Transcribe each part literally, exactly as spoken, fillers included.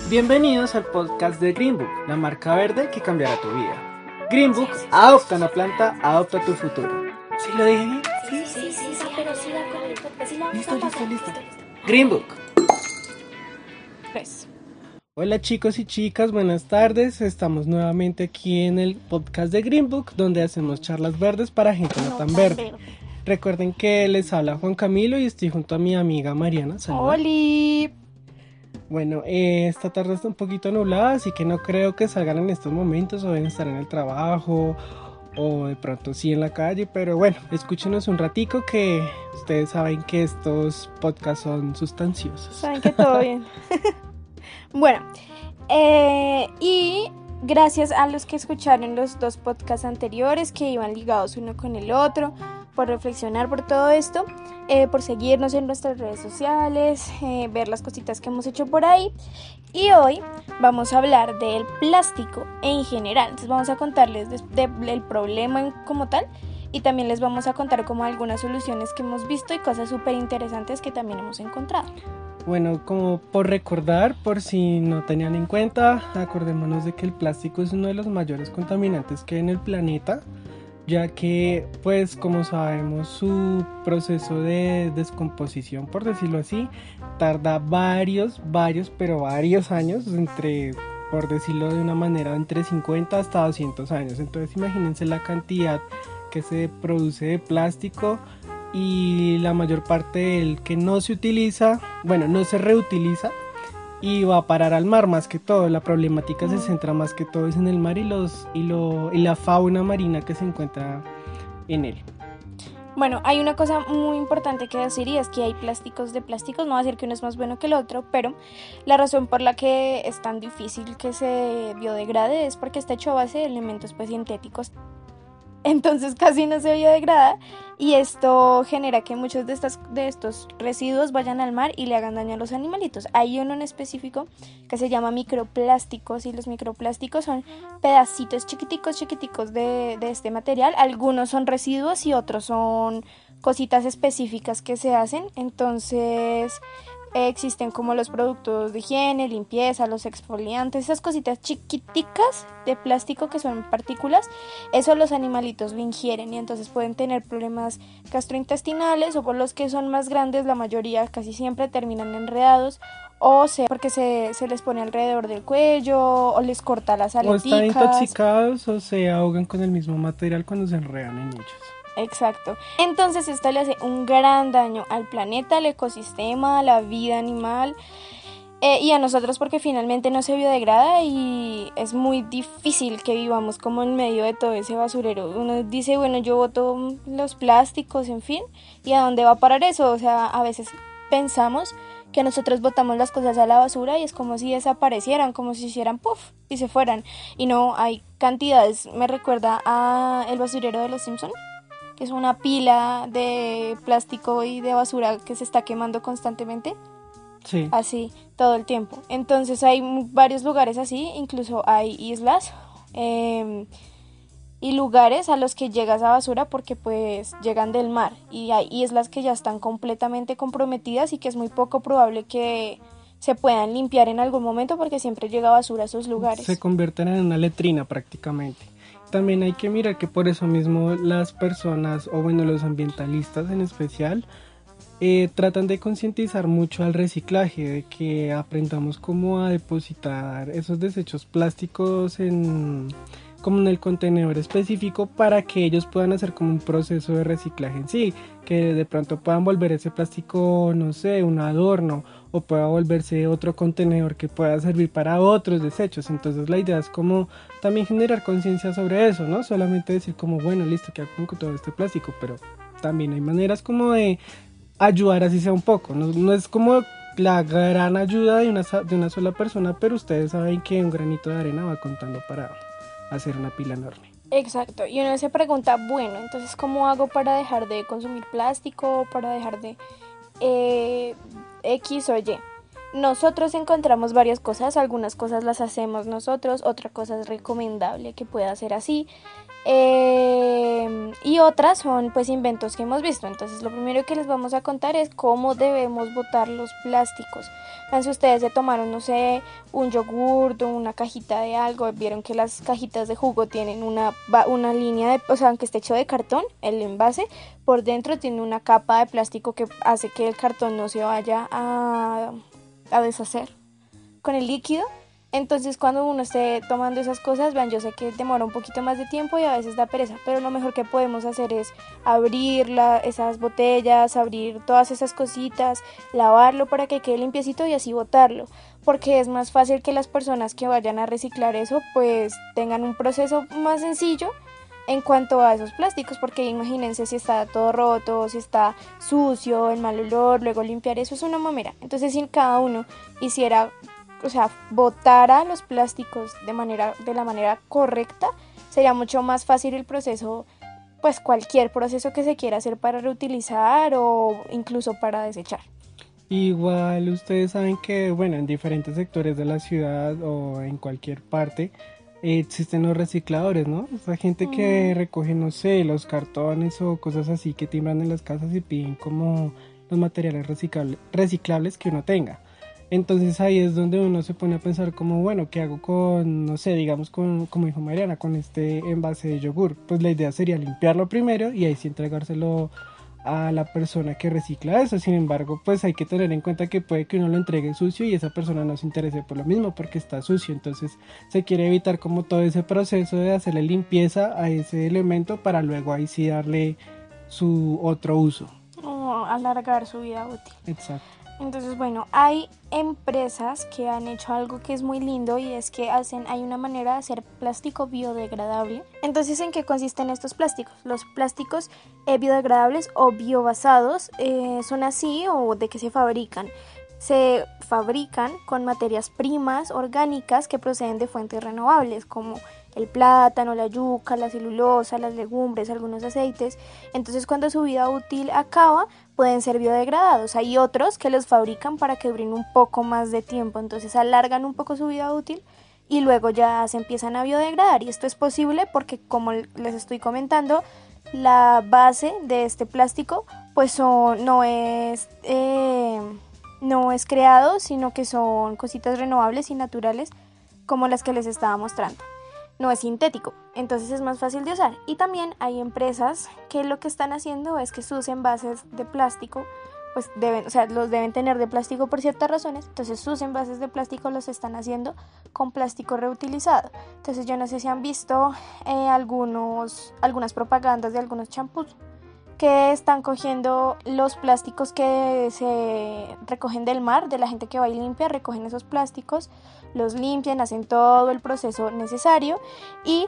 Bienvenidos al podcast de Green Book, la marca verde que cambiará tu vida. Green Book, adopta una planta, adopta tu futuro. ¿Sí lo dije bien? Sí, sí, sí, sí, pero siga con el podcast y la vamos Listo, a listo, pasar. listo. Green Book. Pues, Hola chicos y chicas, buenas tardes. Estamos nuevamente aquí en el podcast de Green Book, donde hacemos charlas verdes para gente no, no tan tan verde. verde. Recuerden que les habla Juan Camilo y estoy junto a mi amiga Mariana. Saluda. ¡Holi! Bueno, eh, esta tarde está un poquito nublada, así que no creo que salgan en estos momentos o deben estar en el trabajo o de pronto sí en la calle, pero bueno, escúchenos un ratico que ustedes saben que estos podcasts son sustanciosos. Saben que todo bien. Bueno, eh, y gracias a los que escucharon los dos podcasts anteriores que iban ligados uno con el otro, por reflexionar por todo esto, eh, por seguirnos en nuestras redes sociales, eh, ver las cositas que hemos hecho por ahí. Y hoy vamos a hablar del plástico en general. Entonces vamos a contarles de, de, del problema como tal y también les vamos a contar como algunas soluciones que hemos visto y cosas súper interesantes que también hemos encontrado. Bueno, como por recordar, por si no tenían en cuenta, acordémonos de que el plástico es uno de los mayores contaminantes que hay en el planeta, ya que, pues, como sabemos, su proceso de descomposición, por decirlo así, tarda varios, varios, pero varios años, entre, por decirlo de una manera, entre cincuenta hasta doscientos años. Entonces, imagínense la cantidad que se produce de plástico y la mayor parte del que no se utiliza, bueno, no se reutiliza y va a parar al mar más que todo. La problemática se centra más que todo es en el mar y, los, y, lo, y la fauna marina que se encuentra en él. Bueno, hay una cosa muy importante que decir y es que hay plásticos de plásticos, no va a decir que uno es más bueno que el otro, pero la razón por la que es tan difícil que se biodegrade es porque está hecho a base de elementos pues sintéticos. Entonces casi no se biodegrada y esto genera que muchos de, estas, de estos residuos vayan al mar y le hagan daño a los animalitos. Hay uno en específico que se llama microplásticos y los microplásticos son pedacitos chiquiticos, chiquiticos de, de este material. Algunos son residuos y otros son cositas específicas que se hacen. Entonces eh, existen como los productos de higiene, limpieza, los exfoliantes, esas cositas chiquiticas de plástico que son partículas. Eso los animalitos lo ingieren y entonces pueden tener problemas gastrointestinales o por los que son más grandes, la mayoría casi siempre terminan enredados o sea porque se, se les pone alrededor del cuello o les corta las aleticas. O están intoxicados o se ahogan con el mismo material cuando se enredan en ellos. Exacto. Entonces esto le hace un gran daño al planeta, al ecosistema, a la vida animal eh, y a nosotros porque finalmente no se biodegrada y es muy difícil que vivamos como en medio de todo ese basurero. Uno dice, bueno, yo boto los plásticos, en fin, ¿y a dónde va a parar eso? O sea, a veces pensamos que nosotros botamos las cosas a la basura y es como si desaparecieran, como si hicieran puff y se fueran. Y no, hay cantidades, me recuerda a el basurero de los Simpson, que es una pila de plástico y de basura que se está quemando constantemente. Sí. Así, todo el tiempo. Entonces hay varios lugares así, incluso hay islas eh, y lugares a los que llega esa basura porque pues llegan del mar. Y hay islas que ya están completamente comprometidas y que es muy poco probable que se puedan limpiar en algún momento porque siempre llega basura a esos lugares. Se convierten en una letrina prácticamente. También hay que mirar que por eso mismo las personas, o bueno, los ambientalistas en especial, eh, tratan de concientizar mucho al reciclaje, de que aprendamos cómo a depositar esos desechos plásticos en, como en el contenedor específico para que ellos puedan hacer como un proceso de reciclaje en sí, que de pronto puedan volver ese plástico, no sé, un adorno, o pueda volverse otro contenedor que pueda servir para otros desechos. Entonces la idea es como también generar conciencia sobre eso, no solamente decir como, bueno, listo, que hago con todo este plástico, pero también hay maneras como de ayudar así sea un poco, no, no es como la gran ayuda de una, de una sola persona, pero ustedes saben que un granito de arena va contando para hacer una pila enorme. Exacto, y uno se pregunta, bueno, entonces ¿cómo hago para dejar de consumir plástico, para dejar de eh, X o Y? nosotros encontramos varias cosas, algunas cosas las hacemos nosotros, otra cosa es recomendable que pueda ser así. Eh, y otras son pues inventos que hemos visto. Entonces lo primero que les vamos a contar es cómo debemos botar los plásticos. Si ustedes se tomaron, no sé, un yogur o una cajita de algo, vieron que las cajitas de jugo tienen una, una línea de, o sea, aunque esté hecho de cartón, el envase por dentro tiene una capa de plástico que hace que el cartón no se vaya a, a deshacer con el líquido. Entonces cuando uno esté tomando esas cosas, vean, yo sé que demora un poquito más de tiempo y a veces da pereza, pero lo mejor que podemos hacer es abrir la, esas botellas, abrir todas esas cositas, lavarlo para que quede limpiecito y así botarlo, porque es más fácil que las personas que vayan a reciclar eso pues tengan un proceso más sencillo en cuanto a esos plásticos, porque imagínense si está todo roto, si está sucio, el mal olor, luego limpiar eso es una mamera. Entonces si cada uno hiciera, o sea, botara los plásticos de manera de la manera correcta, sería mucho más fácil el proceso, pues cualquier proceso que se quiera hacer para reutilizar o incluso para desechar. Igual ustedes saben que, bueno, en diferentes sectores de la ciudad o en cualquier parte eh, existen los recicladores, ¿no? Esa gente que Mm. recoge, no sé, los cartones o cosas así que timbran en las casas y piden como los materiales reciclable- reciclables que uno tenga. Entonces ahí es donde uno se pone a pensar como, bueno, ¿qué hago con, no sé, digamos, con, como dijo Mariana, con este envase de yogur? Pues la idea sería limpiarlo primero y ahí sí entregárselo a la persona que recicla eso. Sin embargo, pues hay que tener en cuenta que puede que uno lo entregue sucio y esa persona no se interese por lo mismo porque está sucio. Entonces se quiere evitar como todo ese proceso de hacerle limpieza a ese elemento para luego ahí sí darle su otro uso. O alargar su vida útil. Exacto. Entonces, bueno, hay empresas que han hecho algo que es muy lindo y es que hacen, hay una manera de hacer plástico biodegradable. Entonces, ¿en qué consisten estos plásticos? Los plásticos eh, biodegradables o biobasados eh, son así o de que se fabrican. Se fabrican con materias primas orgánicas que proceden de fuentes renovables como el plátano, la yuca, la celulosa, las legumbres, algunos aceites. Entonces cuando su vida útil acaba pueden ser biodegradados. Hay otros que los fabrican para que duren un poco más de tiempo, entonces alargan un poco su vida útil y luego ya se empiezan a biodegradar. Y esto es posible porque, como les estoy comentando, la base de este plástico pues son, no es... Eh, no es creado, sino que son cositas renovables y naturales como las que les estaba mostrando. No es sintético, entonces es más fácil de usar. Y también hay empresas que lo que están haciendo es que sus envases de plástico, pues deben, o sea, los deben tener de plástico por ciertas razones, entonces sus envases de plástico los están haciendo con plástico reutilizado. Entonces yo no sé si han visto eh, algunos, algunas propagandas de algunos champús que están cogiendo los plásticos que se recogen del mar, de la gente que va y limpia, recogen esos plásticos, los limpian, hacen todo el proceso necesario y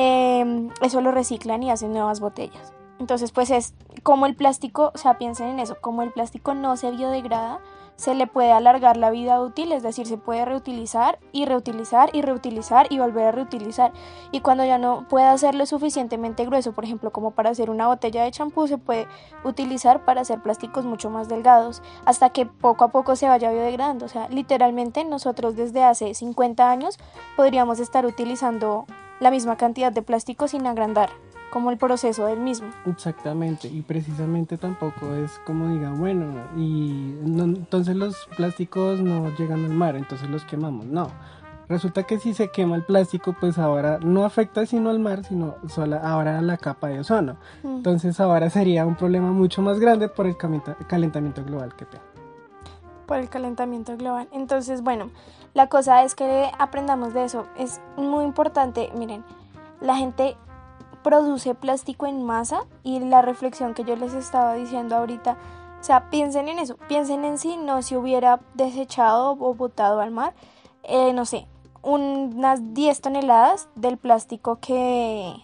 eh, eso lo reciclan y hacen nuevas botellas. Entonces pues es como el plástico, o sea, piensen en eso, como el plástico no se biodegrada, se le puede alargar la vida útil, es decir, se puede reutilizar y reutilizar y reutilizar y volver a reutilizar. Y cuando ya no pueda hacerlo suficientemente grueso, por ejemplo, como para hacer una botella de champú, se puede utilizar para hacer plásticos mucho más delgados, hasta que poco a poco se vaya biodegradando. O sea, literalmente nosotros desde hace cincuenta años podríamos estar utilizando la misma cantidad de plástico sin agrandar, como el proceso del mismo. Exactamente, y precisamente tampoco es como diga, bueno, y no, entonces los plásticos no llegan al mar, entonces los quemamos, no. Resulta que si se quema el plástico, pues ahora no afecta sino al mar, sino solo ahora a la capa de ozono. Mm. Entonces ahora sería un problema mucho más grande por el calentamiento global que tenga. Por el calentamiento global. Entonces, bueno, la cosa es que aprendamos de eso. Es muy importante, miren, la gente produce plástico en masa y la reflexión que yo les estaba diciendo ahorita, o sea, piensen en eso, piensen en si no se hubiera desechado o botado al mar, eh, no sé, unas diez toneladas del plástico que,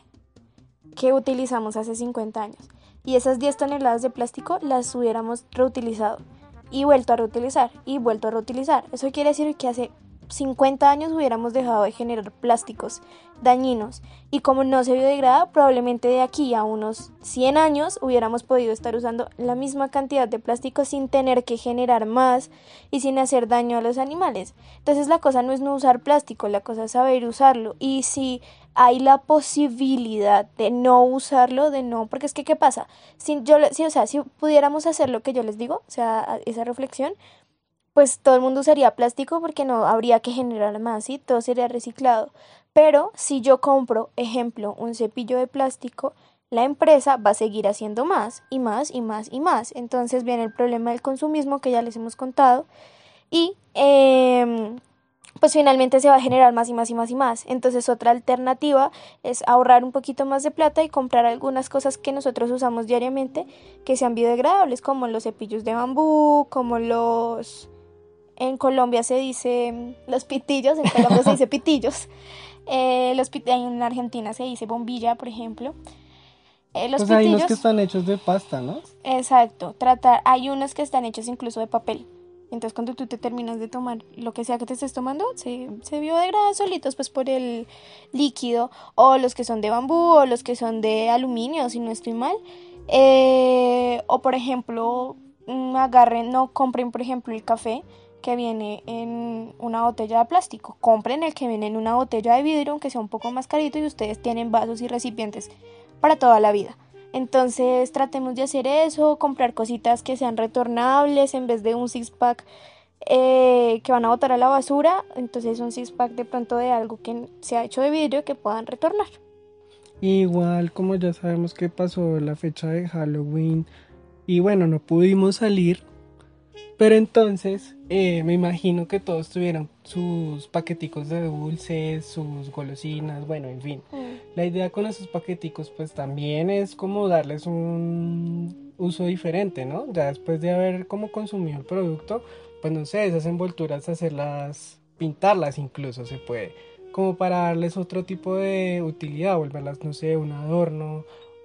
que utilizamos hace cincuenta años. Y esas diez toneladas de plástico las hubiéramos reutilizado y vuelto a reutilizar y vuelto a reutilizar. Eso quiere decir que hace cincuenta años hubiéramos dejado de generar plásticos dañinos. Y como no se biodegrada, probablemente de aquí a unos cien años hubiéramos podido estar usando la misma cantidad de plástico sin tener que generar más y sin hacer daño a los animales. Entonces la cosa no es no usar plástico, la cosa es saber usarlo. Y si hay la posibilidad de no usarlo, de no, porque es que ¿qué pasa? Si yo, si, o sea, si pudiéramos hacer lo que yo les digo, o sea, esa reflexión, pues todo el mundo usaría plástico porque no habría que generar más, ¿sí? Todo sería reciclado. Pero si yo compro, ejemplo, un cepillo de plástico, la empresa va a seguir haciendo más y más y más y más. Entonces viene el problema del consumismo que ya les hemos contado y eh, pues finalmente se va a generar más y más y más y más. Entonces otra alternativa es ahorrar un poquito más de plata y comprar algunas cosas que nosotros usamos diariamente que sean biodegradables, como los cepillos de bambú, como los... En Colombia se dice los pitillos, en Colombia se dice pitillos. Eh, los pit- en Argentina se dice bombilla, por ejemplo. Eh, los Pues hay unos pitillos, que están hechos de pasta, ¿no? exacto, tratar, hay unos que están hechos incluso de papel. Entonces cuando tú te terminas de tomar lo que sea que te estés tomando, se, se biodegradan solitos pues por el líquido, o los que son de bambú, o los que son de aluminio, si no estoy mal. Eh, o por ejemplo, mm, agarren, no compren por ejemplo el café que viene en una botella de plástico. Compren el que viene en una botella de vidrio, aunque sea un poco más carito, y ustedes tienen vasos y recipientes para toda la vida. Entonces tratemos de hacer eso, comprar cositas que sean retornables en vez de un six pack eh, que van a botar a la basura. Entonces un six pack de pronto de algo que sea hecho de vidrio que puedan retornar. Igual como ya sabemos que pasó la fecha de Halloween y bueno, no pudimos salir, pero entonces eh, me imagino que todos tuvieron sus paqueticos de dulces, sus golosinas, bueno, en fin. Mm. La idea con esos paqueticos pues también es como darles un uso diferente, ¿no? Ya después de haber como consumido el producto, pues no sé, esas envolturas hacerlas, pintarlas incluso se puede, como para darles otro tipo de utilidad, volverlas, no sé, un adorno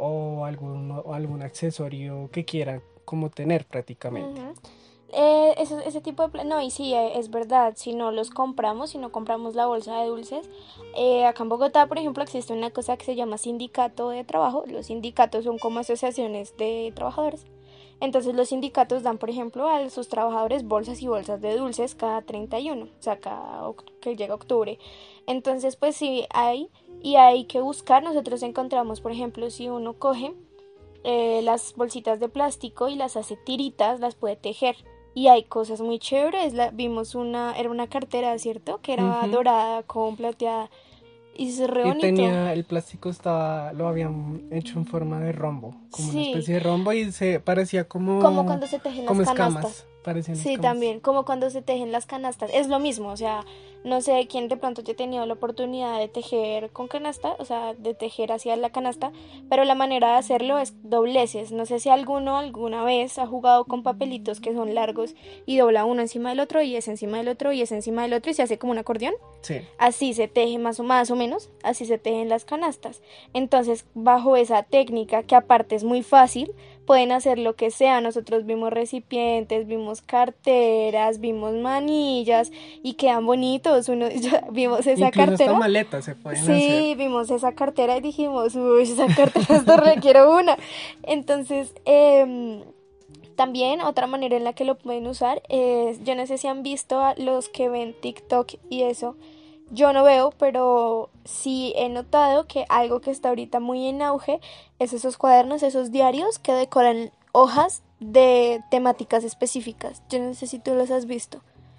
o algún, o algún accesorio que quieran como tener prácticamente. Ujú. Eh, ese, ese tipo de... pla- No, y sí, eh, es verdad, si no los compramos, si no compramos la bolsa de dulces, eh, acá en Bogotá, por ejemplo, existe una cosa que se llama sindicato de trabajo. Los sindicatos son como asociaciones de trabajadores. Entonces los sindicatos dan, por ejemplo, a sus trabajadores bolsas y bolsas de dulces cada treinta y uno, o sea, cada oct- que llega octubre. Entonces, pues sí, hay, y hay que buscar. Nosotros encontramos, por ejemplo, si uno coge eh, las bolsitas de plástico y las hace tiritas, las puede tejer. Y hay cosas muy chéveres. La, vimos una, era una cartera, ¿cierto? Que era Ujú. dorada con plateada. Y es re Y bonito. tenía, el plástico estaba, lo habían hecho en forma de rombo, como una Sí, especie de rombo y se parecía como como, cuando se tejen las como canastas. escamas, parecían Sí, escamas. también, como cuando se tejen las canastas. Es lo mismo, o sea, no sé quién de pronto haya tenido la oportunidad de tejer con canasta, o sea, de tejer hacia la canasta, pero la manera de hacerlo es dobleces. No sé si alguno alguna vez ha jugado con papelitos que son largos y dobla uno encima del otro y es encima del otro y es encima del otro y se hace como un acordeón. Sí. Así se teje más o más o menos, así se tejen las canastas. Entonces, bajo esa técnica, que aparte es muy fácil, pueden hacer lo que sea. Nosotros vimos recipientes, vimos carteras, vimos manillas y quedan bonitos. Uno, ya vimos esa Incluso hasta cartera. maletas se pueden hacer. Sí, vimos esa cartera y dijimos, uy, esa cartera esto requiere una. Entonces, em, también otra manera en la que lo pueden usar es, yo no sé si han visto a los que ven TikTok y eso, yo no veo, pero sí he notado que algo que está ahorita muy en auge es esos cuadernos, esos diarios que decoran hojas de temáticas específicas. Yo no sé si tú los has visto.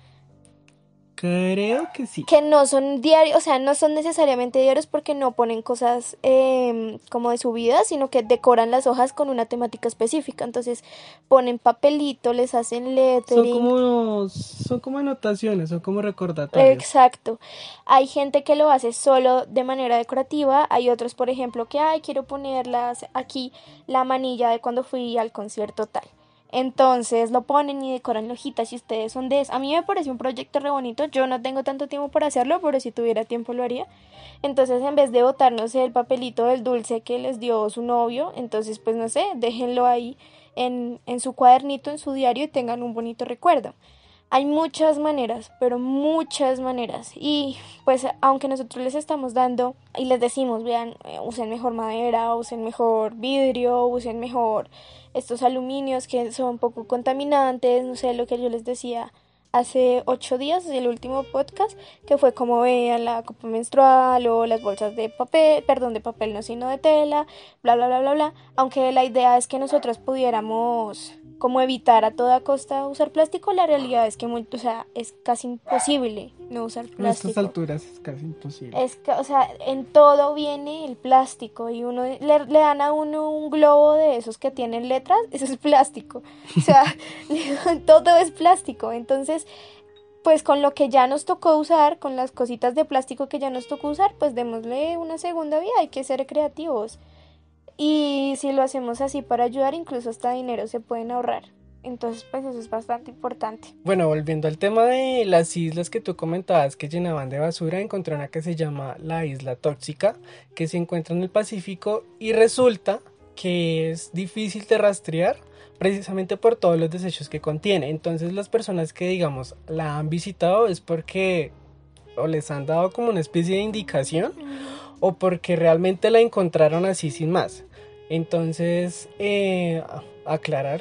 Creo que sí. Que no son diarios, o sea, no son necesariamente diarios porque no ponen cosas eh, como de su vida, sino que decoran las hojas con una temática específica. Entonces ponen papelito, les hacen Son lettering. como, son como anotaciones, son como recordatorios. Exacto. Hay gente que lo hace solo de manera decorativa, hay otros, por ejemplo, que, ay, quiero ponerlas aquí la manilla de cuando fui al concierto tal. Entonces lo ponen y decoran hojitas y ustedes son de eso. A mí me parece un proyecto re bonito. Yo no tengo tanto tiempo para hacerlo, pero si tuviera tiempo lo haría. Entonces, en vez de botar, no sé, el papelito del dulce que les dio su novio, entonces, pues no sé, déjenlo ahí en, en su cuadernito, en su diario y tengan un bonito recuerdo. Hay muchas maneras, pero muchas maneras. Y pues aunque nosotros les estamos dando y les decimos, vean, eh, usen mejor madera, usen mejor vidrio, usen mejor estos aluminios que son poco contaminantes, no sé, lo que yo les decía hace ocho días, el último podcast, que fue como vean la copa menstrual o las bolsas de papel, perdón, de papel no, sino de tela, bla, bla, bla, bla, bla. Aunque la idea es que nosotros pudiéramos como evitar a toda costa usar plástico, la realidad es que muy, o sea, es casi imposible no usar A estas plástico. alturas es casi imposible. Es que, o sea, en todo viene el plástico y uno le, le dan a uno un globo de esos que tienen letras, eso es plástico. O sea, todo es plástico. Entonces, pues con lo que ya nos tocó usar, con las cositas de plástico que ya nos tocó usar, pues démosle una segunda vida, hay que ser creativos. Y si lo hacemos así para ayudar, incluso hasta dinero se pueden ahorrar. Entonces, pues eso es bastante importante. Bueno, volviendo al tema de las islas que tú comentabas que llenaban de basura, encontré una que se llama la Isla Tóxica, que se encuentra en el Pacífico y resulta que es difícil de rastrear precisamente por todos los desechos que contiene. Entonces las personas que, digamos, la han visitado es porque o les han dado como una especie de indicación o porque realmente la encontraron así sin más. Entonces, eh, aclarar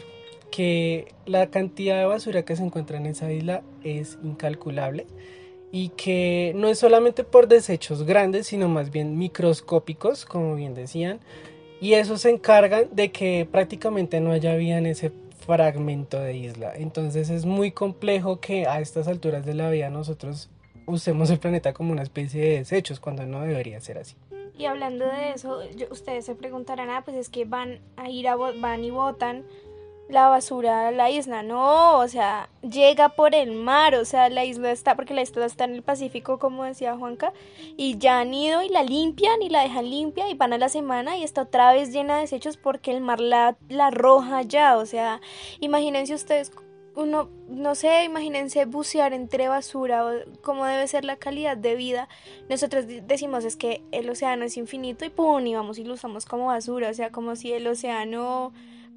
que la cantidad de basura que se encuentra en esa isla es incalculable y que no es solamente por desechos grandes, sino más bien microscópicos, como bien decían, y esos se encargan de que prácticamente no haya vida en ese fragmento de isla. Entonces es muy complejo que a estas alturas de la vida nosotros usemos el planeta como una especie de desechos cuando no debería ser así. Y hablando de eso, yo, ustedes se preguntarán, ah, pues es que van a ir a van y botan la basura a la isla. No, o sea, llega por el mar, o sea, la isla está, porque la isla está en el Pacífico, como decía Juanca, y ya han ido y la limpian y la dejan limpia y van a la semana y está otra vez llena de desechos porque el mar la, la arroja ya, o sea, imagínense ustedes uno, no sé, imagínense bucear entre basura, o cómo debe ser la calidad de vida. Nosotros decimos es que el océano es infinito y pum, y vamos y lo usamos como basura, o sea, como si el océano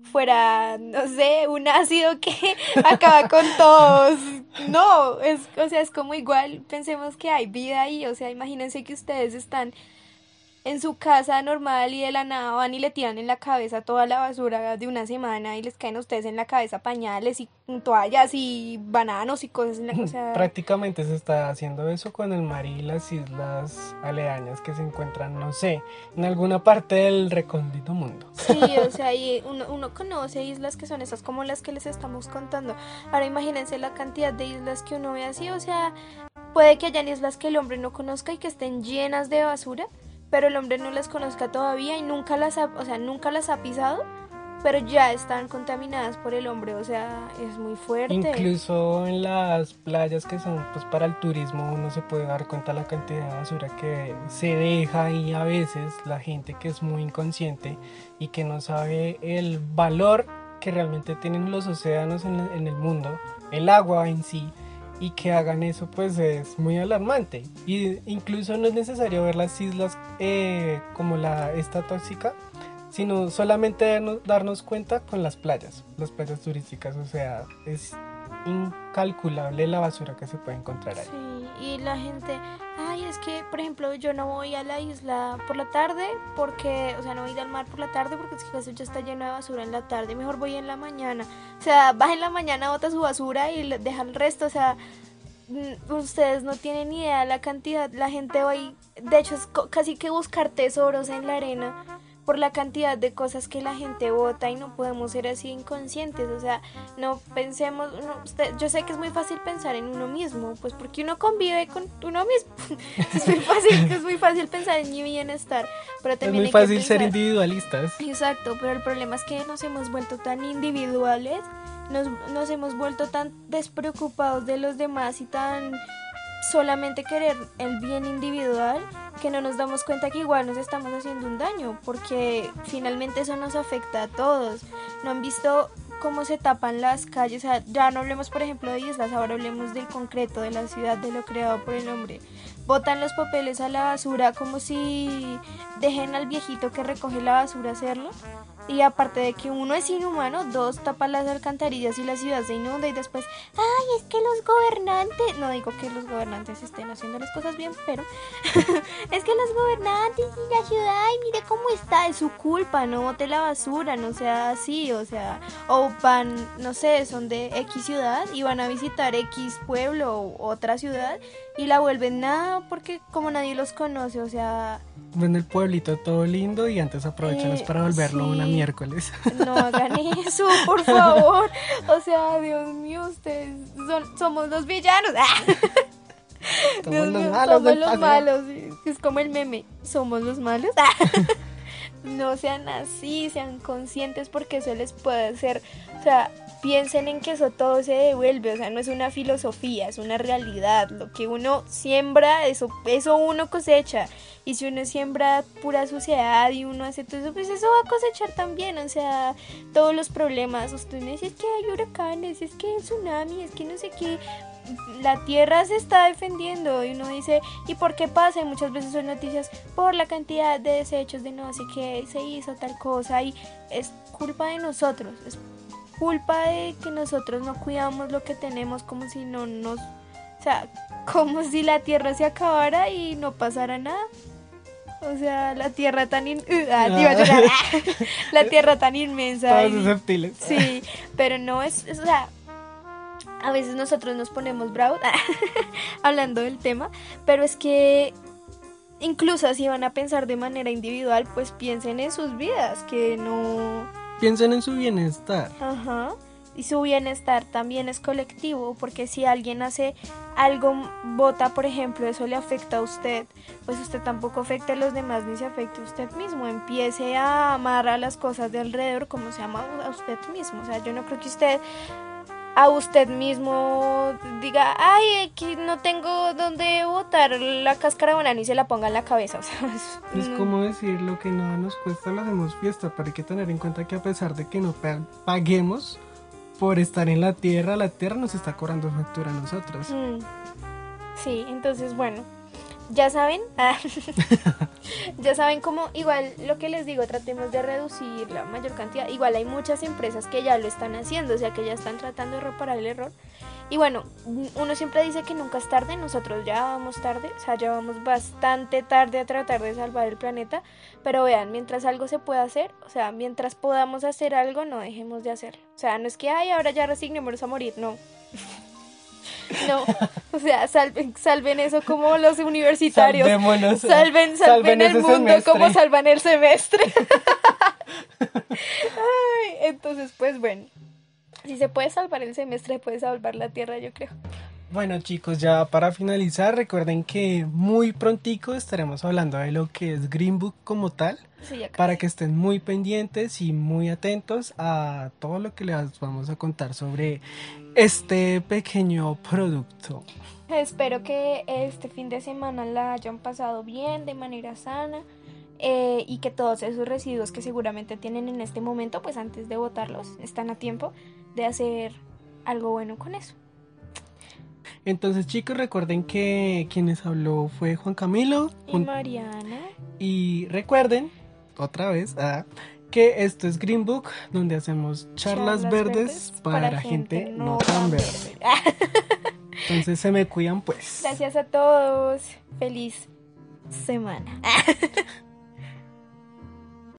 fuera, no sé, un ácido que acaba con todos. No, es, o sea, es como igual, pensemos que hay vida ahí, o sea, imagínense que ustedes están en su casa normal y de la nada van y le tiran en la cabeza toda la basura de una semana y les caen a ustedes en la cabeza pañales y toallas y bananos y cosas. En la, o sea... Prácticamente se está haciendo eso con el mar y las islas aledañas que se encuentran, no sé, en alguna parte del recóndito mundo. Sí, o sea, y uno, uno conoce islas que son esas como las que les estamos contando. Ahora imagínense la cantidad de islas que uno ve así, o sea, puede que hayan islas que el hombre no conozca y que estén llenas de basura, pero el hombre no las conozca todavía y nunca las ha, o sea, nunca las ha pisado, pero ya están contaminadas por el hombre, o sea, es muy fuerte. Incluso en las playas que son pues para el turismo uno se puede dar cuenta de la cantidad de basura que se deja y a veces la gente que es muy inconsciente y que no sabe el valor que realmente tienen los océanos en, en el mundo, el agua en sí, y que hagan eso pues es muy alarmante. Y incluso no es necesario ver las islas eh, como la esta tóxica, sino solamente darnos, darnos cuenta con las playas, las playas turísticas, o sea, es incalculable la basura que se puede encontrar ahí. Sí, y la gente, ay, es que, por ejemplo, yo no voy a la isla por la tarde porque, o sea, no voy al mar por la tarde porque es que eso ya está lleno de basura en la tarde, mejor voy en la mañana. O sea, baja en la mañana, bota su basura y deja el resto, o sea, ustedes no tienen ni idea la cantidad, la gente hoy, de hecho es casi que buscar tesoros en la arena por la cantidad de cosas que la gente bota y no podemos ser así inconscientes, o sea, no pensemos, no, usted, yo sé que es muy fácil pensar en uno mismo, pues porque uno convive con uno mismo, es muy fácil, es muy fácil pensar en mi bienestar, pero también es muy hay fácil que ser pensar, individualistas. Exacto, pero el problema es que nos hemos vuelto tan individuales, nos, nos hemos vuelto tan despreocupados de los demás y tan solamente querer el bien individual que no nos damos cuenta que igual nos estamos haciendo un daño, porque finalmente eso nos afecta a todos. No han visto cómo se tapan las calles, o sea, ya no hablemos por ejemplo de islas, ahora hablemos del concreto, de la ciudad, de lo creado por el hombre. Botan los papeles a la basura como si dejen al viejito que recoge la basura hacerlo. Y aparte de que uno es inhumano, dos, tapa las alcantarillas y la ciudad se inunda y después, ay, es que los gobernantes, no digo que los gobernantes estén haciendo las cosas bien, pero es que los gobernantes y la ciudad, ay, mire cómo está, es su culpa, no bote la basura, no sea así, o sea, o van, no sé, son de X ciudad y van a visitar X pueblo o otra ciudad y la vuelven nada porque como nadie los conoce, o sea... Ven el pueblito todo lindo y antes aprovechan Eh, para volverlo sí. una miércoles. No hagan eso, por favor. O sea, Dios mío, ustedes son, somos los villanos. Somos Dios los mío, malos somos del los paseo. malos. Es como el meme, somos los malos. No sean así, sean conscientes porque eso les puede hacer, o sea, piensen en que eso todo se devuelve, o sea, no es una filosofía, es una realidad, lo que uno siembra, eso, eso uno cosecha, y si uno siembra pura suciedad y uno hace todo eso, pues eso va a cosechar también, o sea, todos los problemas, usted me dice, es que hay huracanes, es que hay tsunami, es que no sé qué, la tierra se está defendiendo y uno dice, ¿y por qué pasa? Y muchas veces son noticias por la cantidad de desechos de no sé qué se hizo tal cosa y es culpa de nosotros, es culpa de que nosotros no cuidamos lo que tenemos como si no nos, o sea, como si la tierra se acabara y no pasara nada. O sea, la tierra tan in... uh, ah, iba a llorar. La tierra tan inmensa. Todos y... susceptibles. Sí, pero no es, es, o sea, a veces nosotros nos ponemos bravos hablando del tema, pero es que incluso si van a pensar de manera individual, pues piensen en sus vidas, que no... Piensen en su bienestar. Ajá. Y su bienestar también es colectivo, porque si alguien hace algo, bota, por ejemplo, eso le afecta a usted, pues usted tampoco afecte a los demás ni se afecte a usted mismo. Empiece a amar a las cosas de alrededor como se ama a usted mismo. O sea, yo no creo que usted a usted mismo diga, ay, aquí no tengo dónde botar la cáscara de banano y se la ponga en la cabeza. O sea, es, Es no. como decir, lo que nada nos cuesta lo hacemos fiesta, pero hay que tener en cuenta que a pesar de que no pa- paguemos por estar en la tierra, la tierra nos está cobrando factura a nosotros. Mm. Sí, entonces bueno, ya saben, ah, ya saben cómo, igual lo que les digo, tratemos de reducir la mayor cantidad, igual hay muchas empresas que ya lo están haciendo, o sea que ya están tratando de reparar el error. Y bueno, uno siempre dice que nunca es tarde, nosotros ya vamos tarde, o sea, ya vamos bastante tarde a tratar de salvar el planeta, pero vean, mientras algo se pueda hacer, o sea, mientras podamos hacer algo, no dejemos de hacerlo. O sea, no es que, ay, ahora ya resignémonos a morir, no. No, o sea, salven, salven eso como los universitarios. Salvémonos, salven, salven, salven el ese mundo semestre. como salvan el semestre. Ay, entonces, pues bueno. Si se puede salvar el semestre, puede salvar la tierra, yo creo. Bueno, chicos, ya para finalizar, recuerden que muy prontico estaremos hablando de lo que es Green Book como tal, Sí, ya casi. para que estén muy pendientes y muy atentos a todo lo que les vamos a contar sobre este pequeño producto. Espero que este fin de semana la hayan pasado bien, de manera sana, eh, y que todos esos residuos que seguramente tienen en este momento, pues antes de botarlos, están a tiempo de hacer algo bueno con eso. Entonces, chicos, recuerden que quienes habló fue Juan Camilo. Y jun- Mariana. Y recuerden, otra vez, ah, que esto es Green Book, donde hacemos charlas, Charlas verdes, verdes para, para gente, gente no no tan tan verde. verde. Entonces se me cuidan pues. Gracias a todos. Feliz semana.